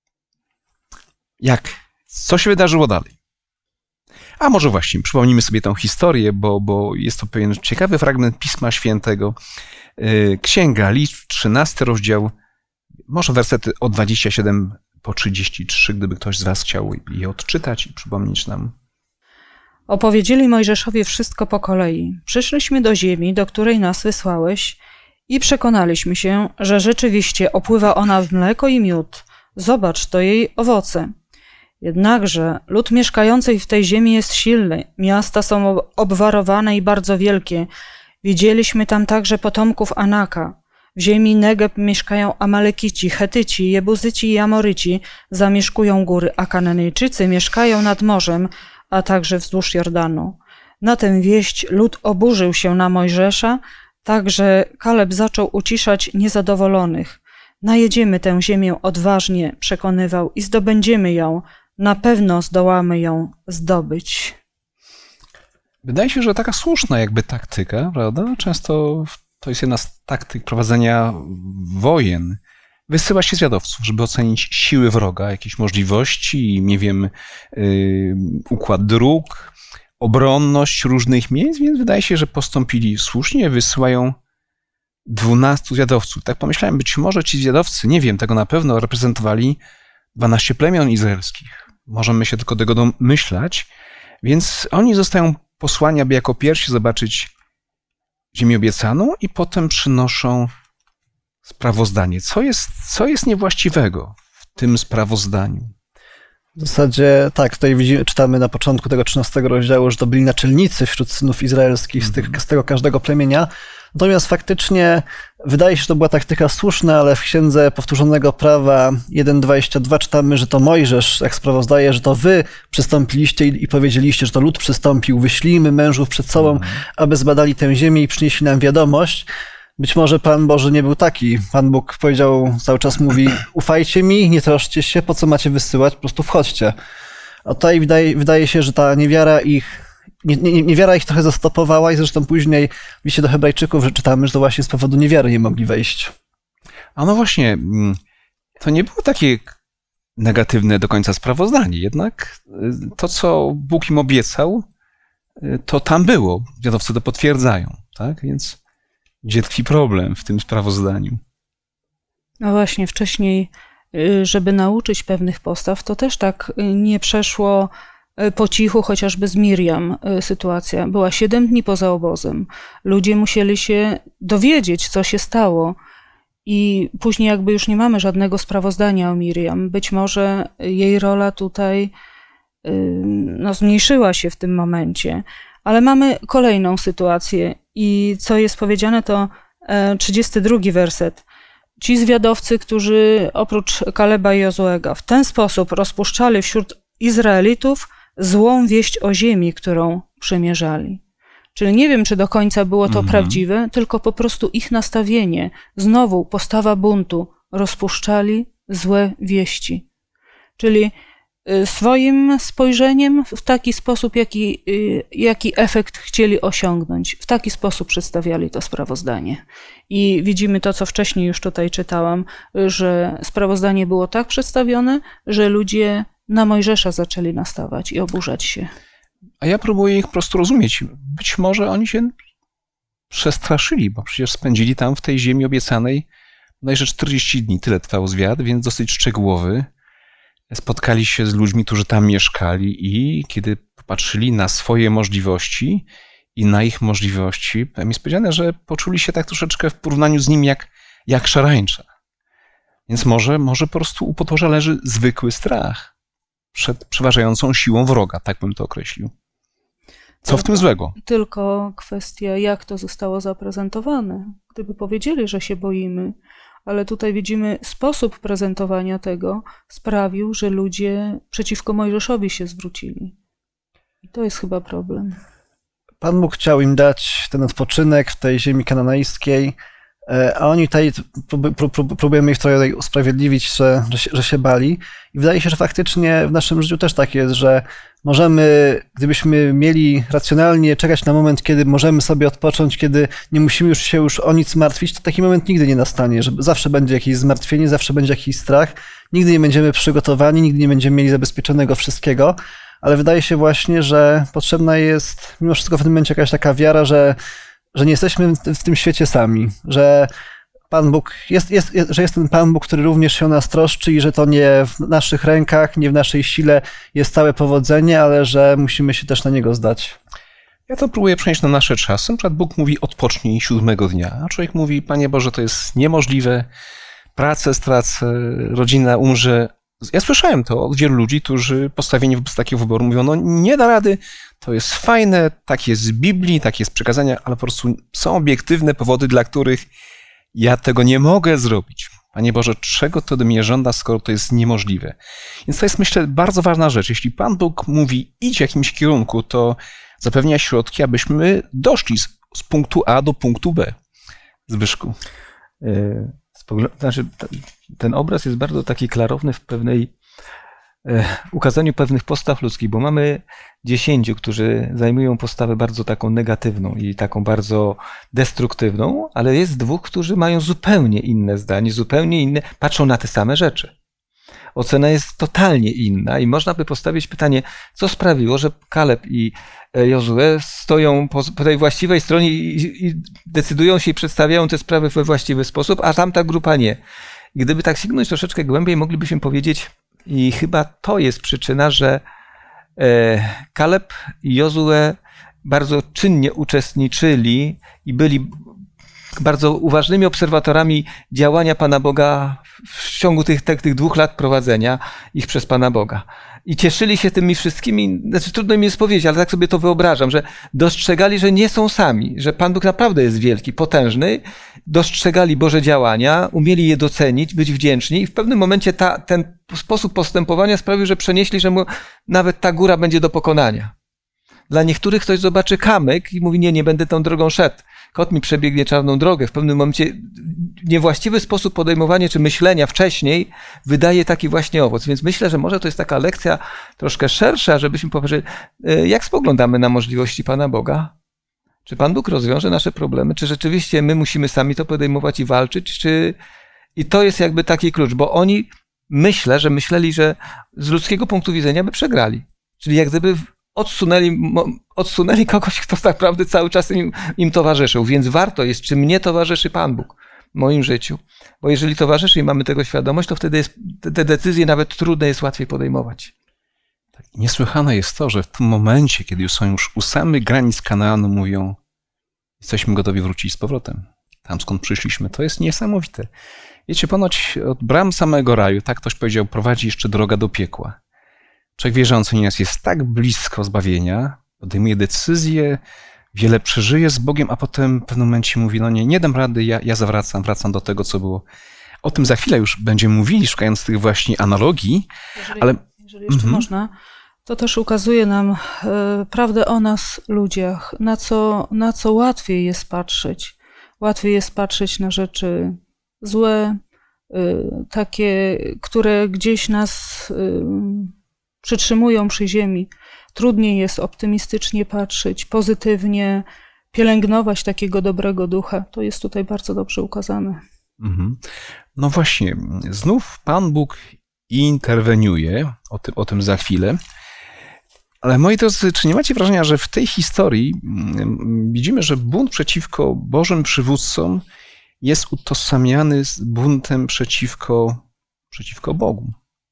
Jak? Co się wydarzyło dalej? A może właśnie, przypomnijmy sobie tę historię, bo, bo jest to pewien ciekawy fragment Pisma Świętego. Księga Liczb, trzynasty rozdział, może wersety od dwudziestego siódmego po trzydziesty trzeci, gdyby ktoś z was chciał je odczytać i przypomnieć nam. Opowiedzieli Mojżeszowi wszystko po kolei. Przyszliśmy do ziemi, do której nas wysłałeś, i przekonaliśmy się, że rzeczywiście opływa ona w mleko i miód. Zobacz, to jej owoce. Jednakże lud mieszkający w tej ziemi jest silny. Miasta są obwarowane i bardzo wielkie. Widzieliśmy tam także potomków Anaka. W ziemi Negeb mieszkają Amalekici, Chetyci, Jebuzyci i Amoryci. Zamieszkują góry, a Kananejczycy mieszkają nad morzem, a także wzdłuż Jordanu. Na tę wieść lud oburzył się na Mojżesza, także Kaleb zaczął uciszać niezadowolonych. Najedziemy tę ziemię odważnie, przekonywał, i zdobędziemy ją. Na pewno zdołamy ją zdobyć. Wydaje się, że taka słuszna jakby taktyka, prawda? Często to jest jedna z taktyk prowadzenia wojen. Wysyła się zwiadowców, żeby ocenić siły wroga, jakieś możliwości, nie wiem, yy, układ dróg, obronność różnych miejsc, więc wydaje się, że postąpili słusznie, wysyłają dwunastu zwiadowców. Tak pomyślałem, być może ci zwiadowcy, nie wiem tego na pewno, reprezentowali dwanaście plemion izraelskich. Możemy się tylko tego domyślać, więc oni zostają posłani, aby jako pierwsi zobaczyć ziemię obiecaną i potem przynoszą sprawozdanie. Co jest, co jest niewłaściwego w tym sprawozdaniu? W zasadzie tak, tutaj widzimy, czytamy na początku tego trzynastego rozdziału, że to byli naczelnicy wśród synów izraelskich z, tych, z tego każdego plemienia. Natomiast faktycznie wydaje się, że to była taktyka słuszna, ale w Księdze Powtórzonego Prawa jeden dwadzieścia dwa czytamy, że to Mojżesz, jak sprawozdaje, że to wy przystąpiliście i, i powiedzieliście, że to lud przystąpił, wyślijmy mężów przed sobą, mhm. aby zbadali tę ziemię i przynieśli nam wiadomość. Być może Pan Boży nie był taki. Pan Bóg powiedział, cały czas mówi, ufajcie mi, nie troszcie się, po co macie wysyłać, po prostu wchodźcie. A tutaj wydaje, wydaje się, że ta niewiara ich, nie, nie, niewiara ich trochę zastopowała i zresztą później w liście do Hebrajczyków, że czytamy, że to właśnie z powodu niewiary nie mogli wejść. A no właśnie, to nie było takie negatywne do końca sprawozdanie. Jednak to, co Bóg im obiecał, to tam było. Zwiadowcy to potwierdzają. Tak? Więc gdzie tkwi problem w tym sprawozdaniu? No właśnie, wcześniej, żeby nauczyć pewnych postaw, to też tak nie przeszło po cichu, chociażby z Miriam sytuacja. Była siedem dni poza obozem. Ludzie musieli się dowiedzieć, co się stało. I później jakby już nie mamy żadnego sprawozdania o Miriam. Być może jej rola tutaj no, zmniejszyła się w tym momencie. Ale mamy kolejną sytuację i co jest powiedziane, to trzydziesty drugi werset. Ci zwiadowcy, którzy oprócz Kaleba i Jozuego w ten sposób rozpuszczali wśród Izraelitów złą wieść o ziemi, którą przymierzali. Czyli nie wiem, czy do końca było to mhm. prawdziwe, tylko po prostu ich nastawienie, znowu postawa buntu, rozpuszczali złe wieści. Czyli swoim spojrzeniem w taki sposób, jaki, jaki efekt chcieli osiągnąć. W taki sposób przedstawiali to sprawozdanie. I widzimy to, co wcześniej już tutaj czytałam, że sprawozdanie było tak przedstawione, że ludzie na Mojżesza zaczęli nastawać i oburzać się. A ja próbuję ich po prostu rozumieć. Być może oni się przestraszyli, bo przecież spędzili tam w tej ziemi obiecanej bodajże czterdzieści dni. Tyle trwał zwiat, więc dosyć szczegółowy. Spotkali się z ludźmi, którzy tam mieszkali i kiedy popatrzyli na swoje możliwości i na ich możliwości, tam jest powiedziane, że poczuli się tak troszeczkę w porównaniu z nim jak, jak szarańcza. Więc może, może po prostu u podłoża leży zwykły strach przed przeważającą siłą wroga, tak bym to określił. Co tylko, w tym złego? Tylko kwestia, jak to zostało zaprezentowane. Gdyby powiedzieli, że się boimy, ale tutaj widzimy, sposób prezentowania tego sprawił, że ludzie przeciwko Mojżeszowi się zwrócili. I to jest chyba problem. Pan Bóg chciał im dać ten odpoczynek w tej ziemi kananejskiej, a oni tutaj próbujemy ich trochę usprawiedliwić, że, że, się, że się bali. I wydaje się, że faktycznie w naszym życiu też tak jest, że możemy, gdybyśmy mieli racjonalnie czekać na moment, kiedy możemy sobie odpocząć, kiedy nie musimy już się już o nic martwić, to taki moment nigdy nie nastanie, że zawsze będzie jakieś zmartwienie, zawsze będzie jakiś strach, nigdy nie będziemy przygotowani, nigdy nie będziemy mieli zabezpieczonego wszystkiego, ale wydaje się właśnie, że potrzebna jest mimo wszystko w tym momencie jakaś taka wiara, że że nie jesteśmy w tym świecie sami, że Pan Bóg jest, jest, jest, że jest ten Pan Bóg, który również się o nas troszczy i że to nie w naszych rękach, nie w naszej sile jest całe powodzenie, ale że musimy się też na Niego zdać. Ja to próbuję przenieść na nasze czasy. Na przykład Bóg mówi odpocznij siódmego dnia, a człowiek mówi, Panie Boże, to jest niemożliwe, pracę stracę, rodzina umrze. Ja słyszałem to od wielu ludzi, którzy postawieni wobec takiego wyboru mówią, no nie da rady, to jest fajne, tak jest z Biblii, tak jest przekazania, ale po prostu są obiektywne powody, dla których ja tego nie mogę zrobić. Panie Boże, czego to do mnie żąda, skoro to jest niemożliwe? Więc to jest, myślę, bardzo ważna rzecz. Jeśli Pan Bóg mówi idź w jakimś kierunku, to zapewnia środki, abyśmy doszli z, z punktu A do punktu B. Zbyszku. Znaczy, ten obraz jest bardzo taki klarowny w pewnej ukazaniu pewnych postaw ludzkich, bo mamy dziesięciu, którzy zajmują postawę bardzo taką negatywną i taką bardzo destruktywną, ale jest dwóch, którzy mają zupełnie inne zdanie, zupełnie inne, patrzą na te same rzeczy. Ocena jest totalnie inna i można by postawić pytanie, co sprawiło, że Kaleb i Jozue stoją po, po tej właściwej stronie i, i decydują się i przedstawiają te sprawy we właściwy sposób, a tamta grupa nie. I gdyby tak sięgnąć troszeczkę głębiej, moglibyśmy powiedzieć, i chyba to jest przyczyna, że Kaleb i Jozue bardzo czynnie uczestniczyli i byli bardzo uważnymi obserwatorami działania Pana Boga w ciągu tych, tych, tych dwóch lat prowadzenia ich przez Pana Boga. I cieszyli się tymi wszystkimi, znaczy trudno mi jest powiedzieć, ale tak sobie to wyobrażam, że dostrzegali, że nie są sami, że Pan Bóg naprawdę jest wielki, potężny, dostrzegali Boże działania, umieli je docenić, być wdzięczni i w pewnym momencie ta, ten sposób postępowania sprawił, że przenieśli, że mu nawet ta góra będzie do pokonania. Dla niektórych ktoś zobaczy kamyk i mówi, nie, nie będę tą drogą szedł. Kot mi przebiegnie czarną drogę. W pewnym momencie niewłaściwy sposób podejmowania czy myślenia wcześniej wydaje taki właśnie owoc. Więc myślę, że może to jest taka lekcja troszkę szersza, żebyśmy powiedzieli, jak spoglądamy na możliwości Pana Boga? Czy Pan Bóg rozwiąże nasze problemy? Czy rzeczywiście my musimy sami to podejmować i walczyć? Czy I to jest jakby taki klucz, bo oni myślę, że myśleli, że z ludzkiego punktu widzenia by przegrali. Czyli jak gdyby odsunęli, odsunęli kogoś, kto tak naprawdę cały czas im, im towarzyszył. Więc warto jest, czy mnie towarzyszy Pan Bóg w moim życiu. Bo jeżeli towarzyszy i mamy tego świadomość, to wtedy jest, te decyzje nawet trudne jest łatwiej podejmować. Tak, niesłychane jest to, że w tym momencie, kiedy już są już u samych granic Kanaanu, mówią, jesteśmy gotowi wrócić z powrotem. Tam, skąd przyszliśmy. To jest niesamowite. Wiecie, ponoć od bram samego raju, tak ktoś powiedział, prowadzi jeszcze droga do piekła. Człowiek wierzący nieraz jest tak blisko zbawienia, podejmuje decyzje, wiele przeżyje z Bogiem, a potem w pewnym momencie mówi, no nie, nie dam rady, ja, ja zawracam, wracam do tego, co było. O tym za chwilę już będziemy mówili, szukając tych właśnie analogii, jeżeli, ale... Jeżeli jeszcze mhm. można, to też ukazuje nam y, prawdę o nas, ludziach, na co, na co łatwiej jest patrzeć. Łatwiej jest patrzeć na rzeczy złe, y, takie, które gdzieś nas y, przytrzymują przy ziemi. Trudniej jest optymistycznie patrzeć, pozytywnie, pielęgnować takiego dobrego ducha. To jest tutaj bardzo dobrze ukazane. Mhm. No właśnie, znów Pan Bóg interweniuje, o tym, o tym za chwilę. Ale moi drodzy, czy nie macie wrażenia, że w tej historii widzimy, że bunt przeciwko Bożym przywódcom jest utożsamiany z buntem przeciwko, przeciwko Bogu?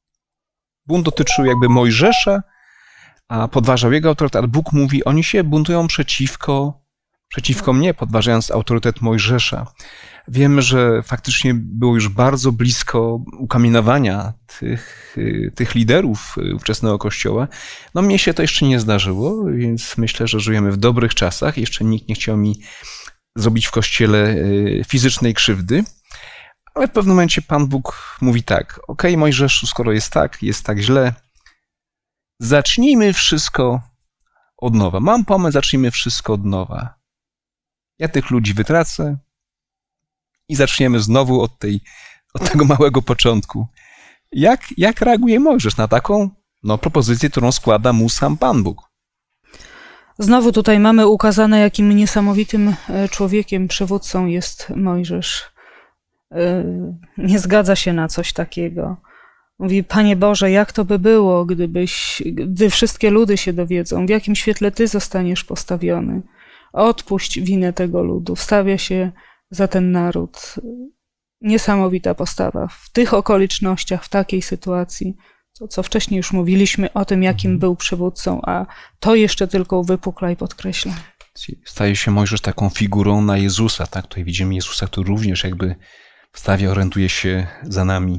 Bunt dotyczył jakby Mojżesza, a podważał jego autorytet, ale Bóg mówi, oni się buntują przeciwko, przeciwko mnie, podważając autorytet Mojżesza. Wiemy, że faktycznie było już bardzo blisko ukamienowania tych, tych liderów ówczesnego Kościoła. No mnie się to jeszcze nie zdarzyło, więc myślę, że żyjemy w dobrych czasach. Jeszcze nikt nie chciał mi zrobić w Kościele fizycznej krzywdy. Ale w pewnym momencie Pan Bóg mówi tak, okej, Mojżeszu, skoro jest tak, jest tak źle, zacznijmy wszystko od nowa. Mam pomysł, zacznijmy wszystko od nowa. Ja tych ludzi wytracę i zaczniemy znowu od, tej, od tego małego początku. Jak, jak reaguje Mojżesz na taką no, propozycję, którą składa mu sam Pan Bóg? Znowu tutaj mamy ukazane, jakim niesamowitym człowiekiem, przywódcą jest Mojżesz. Nie zgadza się na coś takiego. Mówi, Panie Boże, jak to by było, gdybyś, gdy wszystkie ludy się dowiedzą, w jakim świetle Ty zostaniesz postawiony. Odpuść winę tego ludu, wstawia się za ten naród. Niesamowita postawa. W tych okolicznościach, w takiej sytuacji, to co wcześniej już mówiliśmy o tym, jakim był przywódcą, a to jeszcze tylko uwypukla i podkreśla. Staje się Mojżesz taką figurą na Jezusa, tak? Tutaj widzimy Jezusa, który również jakby wstawia, orientuje się za nami.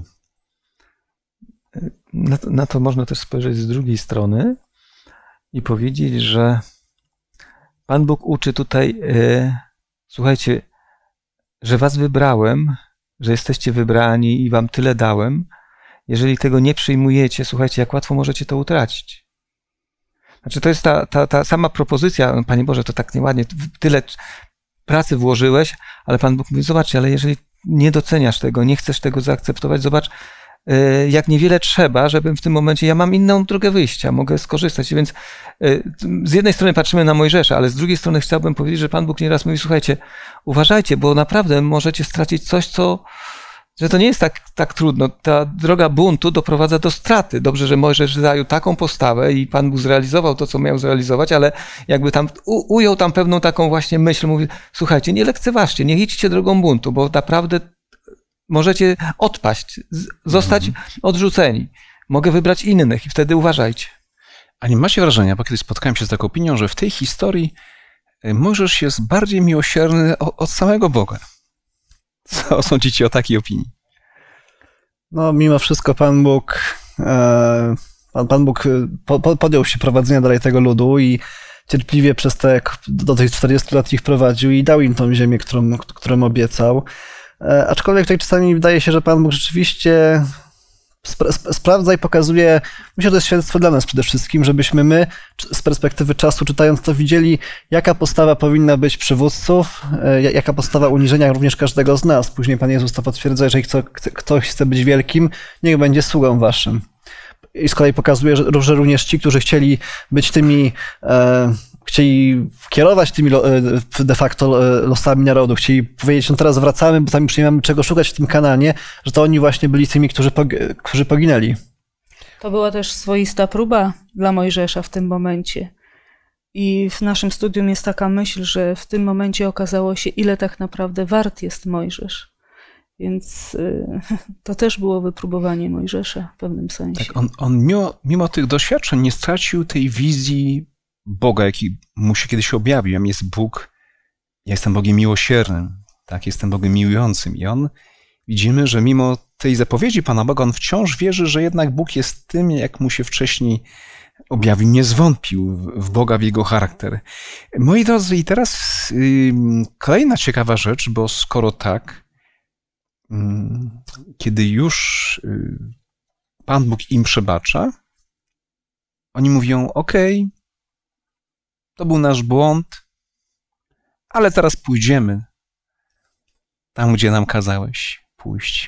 Na to, na to można też spojrzeć z drugiej strony i powiedzieć, że Pan Bóg uczy tutaj, e, słuchajcie, że was wybrałem, że jesteście wybrani i wam tyle dałem. Jeżeli tego nie przyjmujecie, słuchajcie, jak łatwo możecie to utracić. Znaczy to jest ta, ta, ta sama propozycja, Panie Boże, to tak nieładnie, tyle pracy włożyłeś, ale Pan Bóg mówi, zobaczcie, ale jeżeli nie doceniasz tego, nie chcesz tego zaakceptować, zobacz, jak niewiele trzeba, żebym w tym momencie, ja mam inną drogę wyjścia, mogę skorzystać. Więc z jednej strony patrzymy na Mojżesza, ale z drugiej strony chciałbym powiedzieć, że Pan Bóg nieraz mówi, słuchajcie, uważajcie, bo naprawdę możecie stracić coś, co, że to nie jest tak, tak trudno. Ta droga buntu doprowadza do straty. Dobrze, że Mojżesz zajął taką postawę i Pan Bóg zrealizował to, co miał zrealizować, ale jakby tam u, ujął tam pewną taką właśnie myśl, mówi, słuchajcie, nie lekceważcie, nie idźcie drogą buntu, bo naprawdę możecie odpaść, zostać mhm. odrzuceni. Mogę wybrać innych i wtedy uważajcie. A nie macie wrażenia, bo kiedy spotkałem się z taką opinią, że w tej historii Mojżesz jest bardziej miłosierny od samego Boga. Co sądzicie o takiej opinii? No, mimo wszystko Pan Bóg, e, Pan, Pan Bóg po, podjął się prowadzenia dalej tego ludu i cierpliwie przez te, do tych czterdziestu lat ich prowadził i dał im tą ziemię, którą, którą obiecał. E, aczkolwiek tutaj czasami wydaje się, że Pan Bóg rzeczywiście spra sprawdza i pokazuje, myślę, że to jest świadectwo dla nas przede wszystkim, żebyśmy my z perspektywy czasu czytając to widzieli, jaka postawa powinna być przywódców, e, jaka postawa uniżenia również każdego z nas. Później Pan Jezus to potwierdza, jeżeli chce, ktoś chce być wielkim, niech będzie sługą waszym. I z kolei pokazuje, że, że również ci, którzy chcieli być tymi e, chcieli kierować tymi de facto losami narodu, chcieli powiedzieć, no teraz wracamy, bo tam już nie mamy czego szukać w tym Kanaanie, że to oni właśnie byli tymi, którzy, pog- którzy poginęli. To była też swoista próba dla Mojżesza w tym momencie. I w naszym studium jest taka myśl, że w tym momencie okazało się, ile tak naprawdę wart jest Mojżesz. Więc y, to też było wypróbowanie Mojżesza w pewnym sensie. Tak, on, on mimo, mimo tych doświadczeń nie stracił tej wizji Boga, jaki mu się kiedyś objawił. Jam jest Bóg, ja jestem Bogiem miłosiernym, tak, jestem Bogiem miłującym. I on, widzimy, że mimo tej zapowiedzi Pana Boga, on wciąż wierzy, że jednak Bóg jest tym, jak mu się wcześniej objawił, nie zwątpił w Boga, w jego charakter. Moi drodzy, i teraz yy, kolejna ciekawa rzecz, bo skoro tak, yy, kiedy już yy, Pan Bóg im przebacza, oni mówią, okej, okay, to był nasz błąd, ale teraz pójdziemy tam, gdzie nam kazałeś pójść.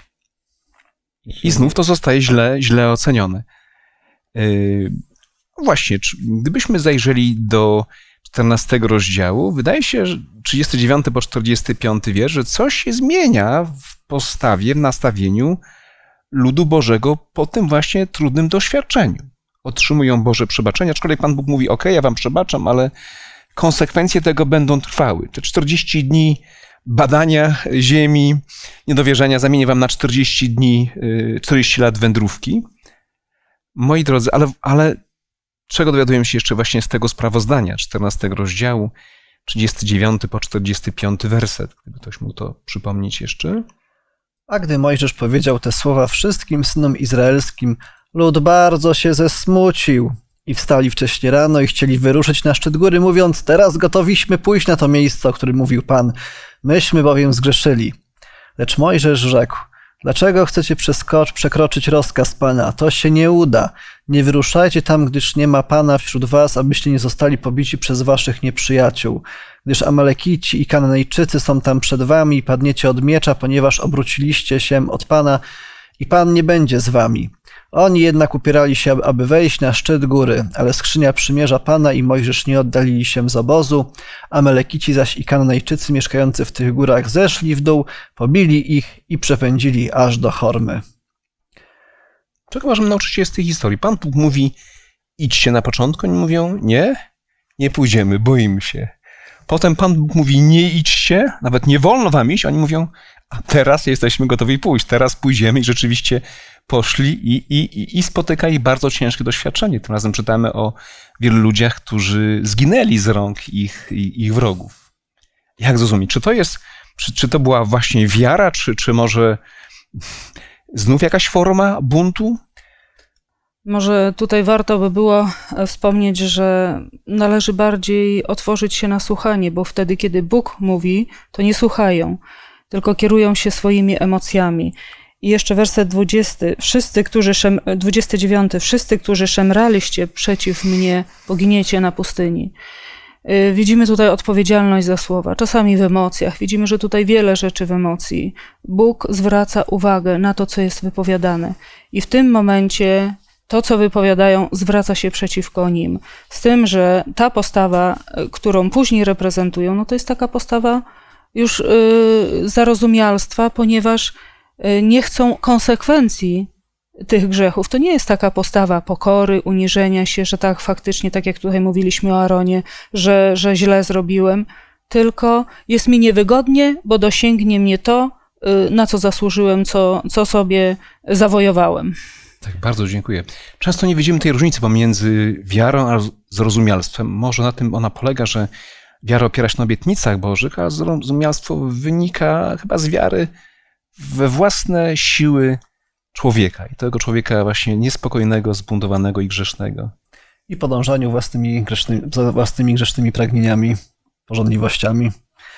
I znów to zostaje źle, źle ocenione. Yy, właśnie, gdybyśmy zajrzeli do czternastego rozdziału, wydaje się, że trzydziesty dziewiąty po czterdziesty piąty wiersz, że coś się zmienia w postawie, w nastawieniu ludu Bożego po tym właśnie trudnym doświadczeniu. Otrzymują Boże przebaczenie, aczkolwiek Pan Bóg mówi, ok, ja wam przebaczam, ale konsekwencje tego będą trwały. Te czterdzieści dni badania ziemi, niedowierzania zamienię wam na czterdzieści dni, czterdzieści lat wędrówki. Moi drodzy, ale, ale czego dowiadujemy się jeszcze właśnie z tego sprawozdania, czternastego rozdziału, trzydziesty dziewiąty po czterdziesty piąty werset, gdyby ktoś mógł to przypomnieć jeszcze. A gdy Mojżesz powiedział te słowa wszystkim synom izraelskim, lud bardzo się zesmucił i wstali wcześnie rano i chcieli wyruszyć na szczyt góry, mówiąc, teraz gotowiśmy pójść na to miejsce, o którym mówił Pan. Myśmy bowiem zgrzeszyli. Lecz Mojżesz rzekł, dlaczego chcecie przeskocz, przekroczyć rozkaz Pana? To się nie uda. Nie wyruszajcie tam, gdyż nie ma Pana wśród was, abyście nie zostali pobici przez waszych nieprzyjaciół. Gdyż Amalekici i Kananejczycy są tam przed wami i padniecie od miecza, ponieważ obróciliście się od Pana i Pan nie będzie z wami. Oni jednak upierali się, aby wejść na szczyt góry, ale skrzynia przymierza Pana i Mojżesz nie oddalili się z obozu. Amalekici zaś i Kananejczycy mieszkający w tych górach zeszli w dół, pobili ich i przepędzili aż do Hormy. Czego możemy nauczyć się z tej historii? Pan Bóg mówi, idźcie na początku, oni mówią, nie, nie pójdziemy, boimy się. Potem Pan Bóg mówi, nie idźcie, nawet nie wolno wam iść, oni mówią, a teraz jesteśmy gotowi pójść, teraz pójdziemy i rzeczywiście poszli i, i, i spotyka ich bardzo ciężkie doświadczenie. Tym razem czytamy o wielu ludziach, którzy zginęli z rąk ich, ich wrogów. Jak zrozumieć? Czy to jest, czy, czy to była właśnie wiara, czy, czy może znów jakaś forma buntu? Może tutaj warto by było wspomnieć, że należy bardziej otworzyć się na słuchanie, bo wtedy, kiedy Bóg mówi, to nie słuchają, tylko kierują się swoimi emocjami. I jeszcze werset dwudziesty. Wszyscy, którzy szem, dwudziesty dziewiąty. Wszyscy, którzy szemraliście przeciw mnie, poginiecie na pustyni. Widzimy tutaj odpowiedzialność za słowa, czasami w emocjach. Widzimy, że tutaj wiele rzeczy w emocji. Bóg zwraca uwagę na to, co jest wypowiadane. I w tym momencie to, co wypowiadają, zwraca się przeciwko nim. Z tym, że ta postawa, którą później reprezentują, no to jest taka postawa już yy, zarozumialstwa, ponieważ yy, nie chcą konsekwencji tych grzechów. To nie jest taka postawa pokory, uniżenia się, że tak faktycznie, tak jak tutaj mówiliśmy o Aaronie, że, że źle zrobiłem, tylko jest mi niewygodnie, bo dosięgnie mnie to, yy, na co zasłużyłem, co, co sobie zawojowałem. Tak, bardzo dziękuję. Często nie widzimy tej różnicy pomiędzy wiarą a zrozumialstwem. Może na tym ona polega, że wiara opiera się na obietnicach Bożych, a zrozumialstwo wynika chyba z wiary we własne siły człowieka. I tego człowieka właśnie niespokojnego, zbuntowanego i grzesznego. I podążaniu własnymi grzesznymi, za własnymi grzesznymi pragnieniami, pożądliwościami.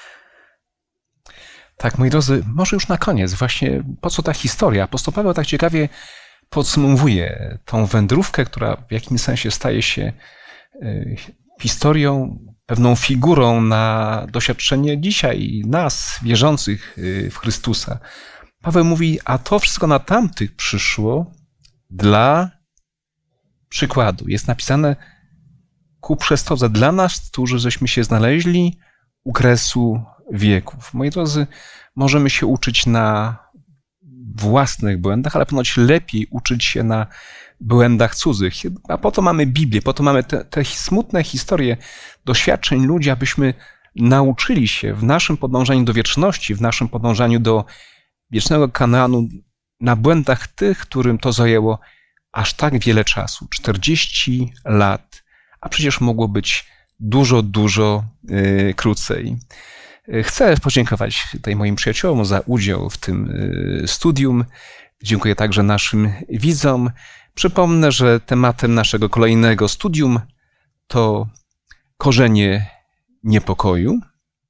Tak, moi drodzy, może już na koniec właśnie po co ta historia? Apostoł Paweł tak ciekawie podsumowuje tą wędrówkę, która w jakimś sensie staje się historią, pewną figurą na doświadczenie dzisiaj nas, wierzących w Chrystusa. Paweł mówi, a to wszystko na tamtych przyszło dla przykładu. Jest napisane ku przestrodze dla nas, którzy żeśmy się znaleźli u kresu wieków. Moi drodzy, możemy się uczyć na własnych błędach, ale ponoć lepiej uczyć się na błędach cudzych. A po to mamy Biblię, po to mamy te, te smutne historie doświadczeń ludzi, abyśmy nauczyli się w naszym podążaniu do wieczności, w naszym podążaniu do wiecznego Kanaanu na błędach tych, którym to zajęło aż tak wiele czasu, czterdzieści lat, a przecież mogło być dużo, dużo yy, krócej. Chcę podziękować tutaj moim przyjaciołom za udział w tym studium. Dziękuję także naszym widzom. Przypomnę, że tematem naszego kolejnego studium to korzenie niepokoju.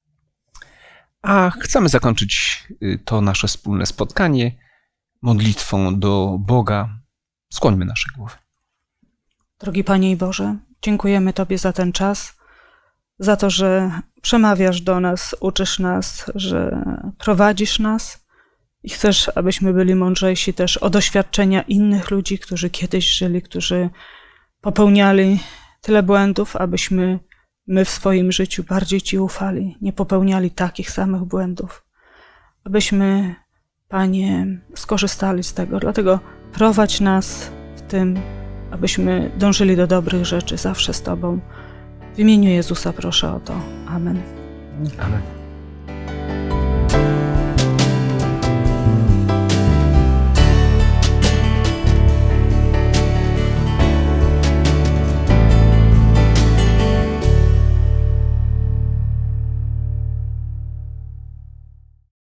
A chcemy zakończyć to nasze wspólne spotkanie modlitwą do Boga. Skłońmy nasze głowy. Drogi Panie i Boże, dziękujemy Tobie za ten czas, za to, że przemawiasz do nas, uczysz nas, że prowadzisz nas i chcesz, abyśmy byli mądrzejsi też o doświadczenia innych ludzi, którzy kiedyś żyli, którzy popełniali tyle błędów, abyśmy my w swoim życiu bardziej Ci ufali, nie popełniali takich samych błędów, abyśmy, Panie, skorzystali z tego. Dlatego prowadź nas w tym, abyśmy dążyli do dobrych rzeczy zawsze z Tobą. W imieniu Jezusa proszę o to. Amen. Amen.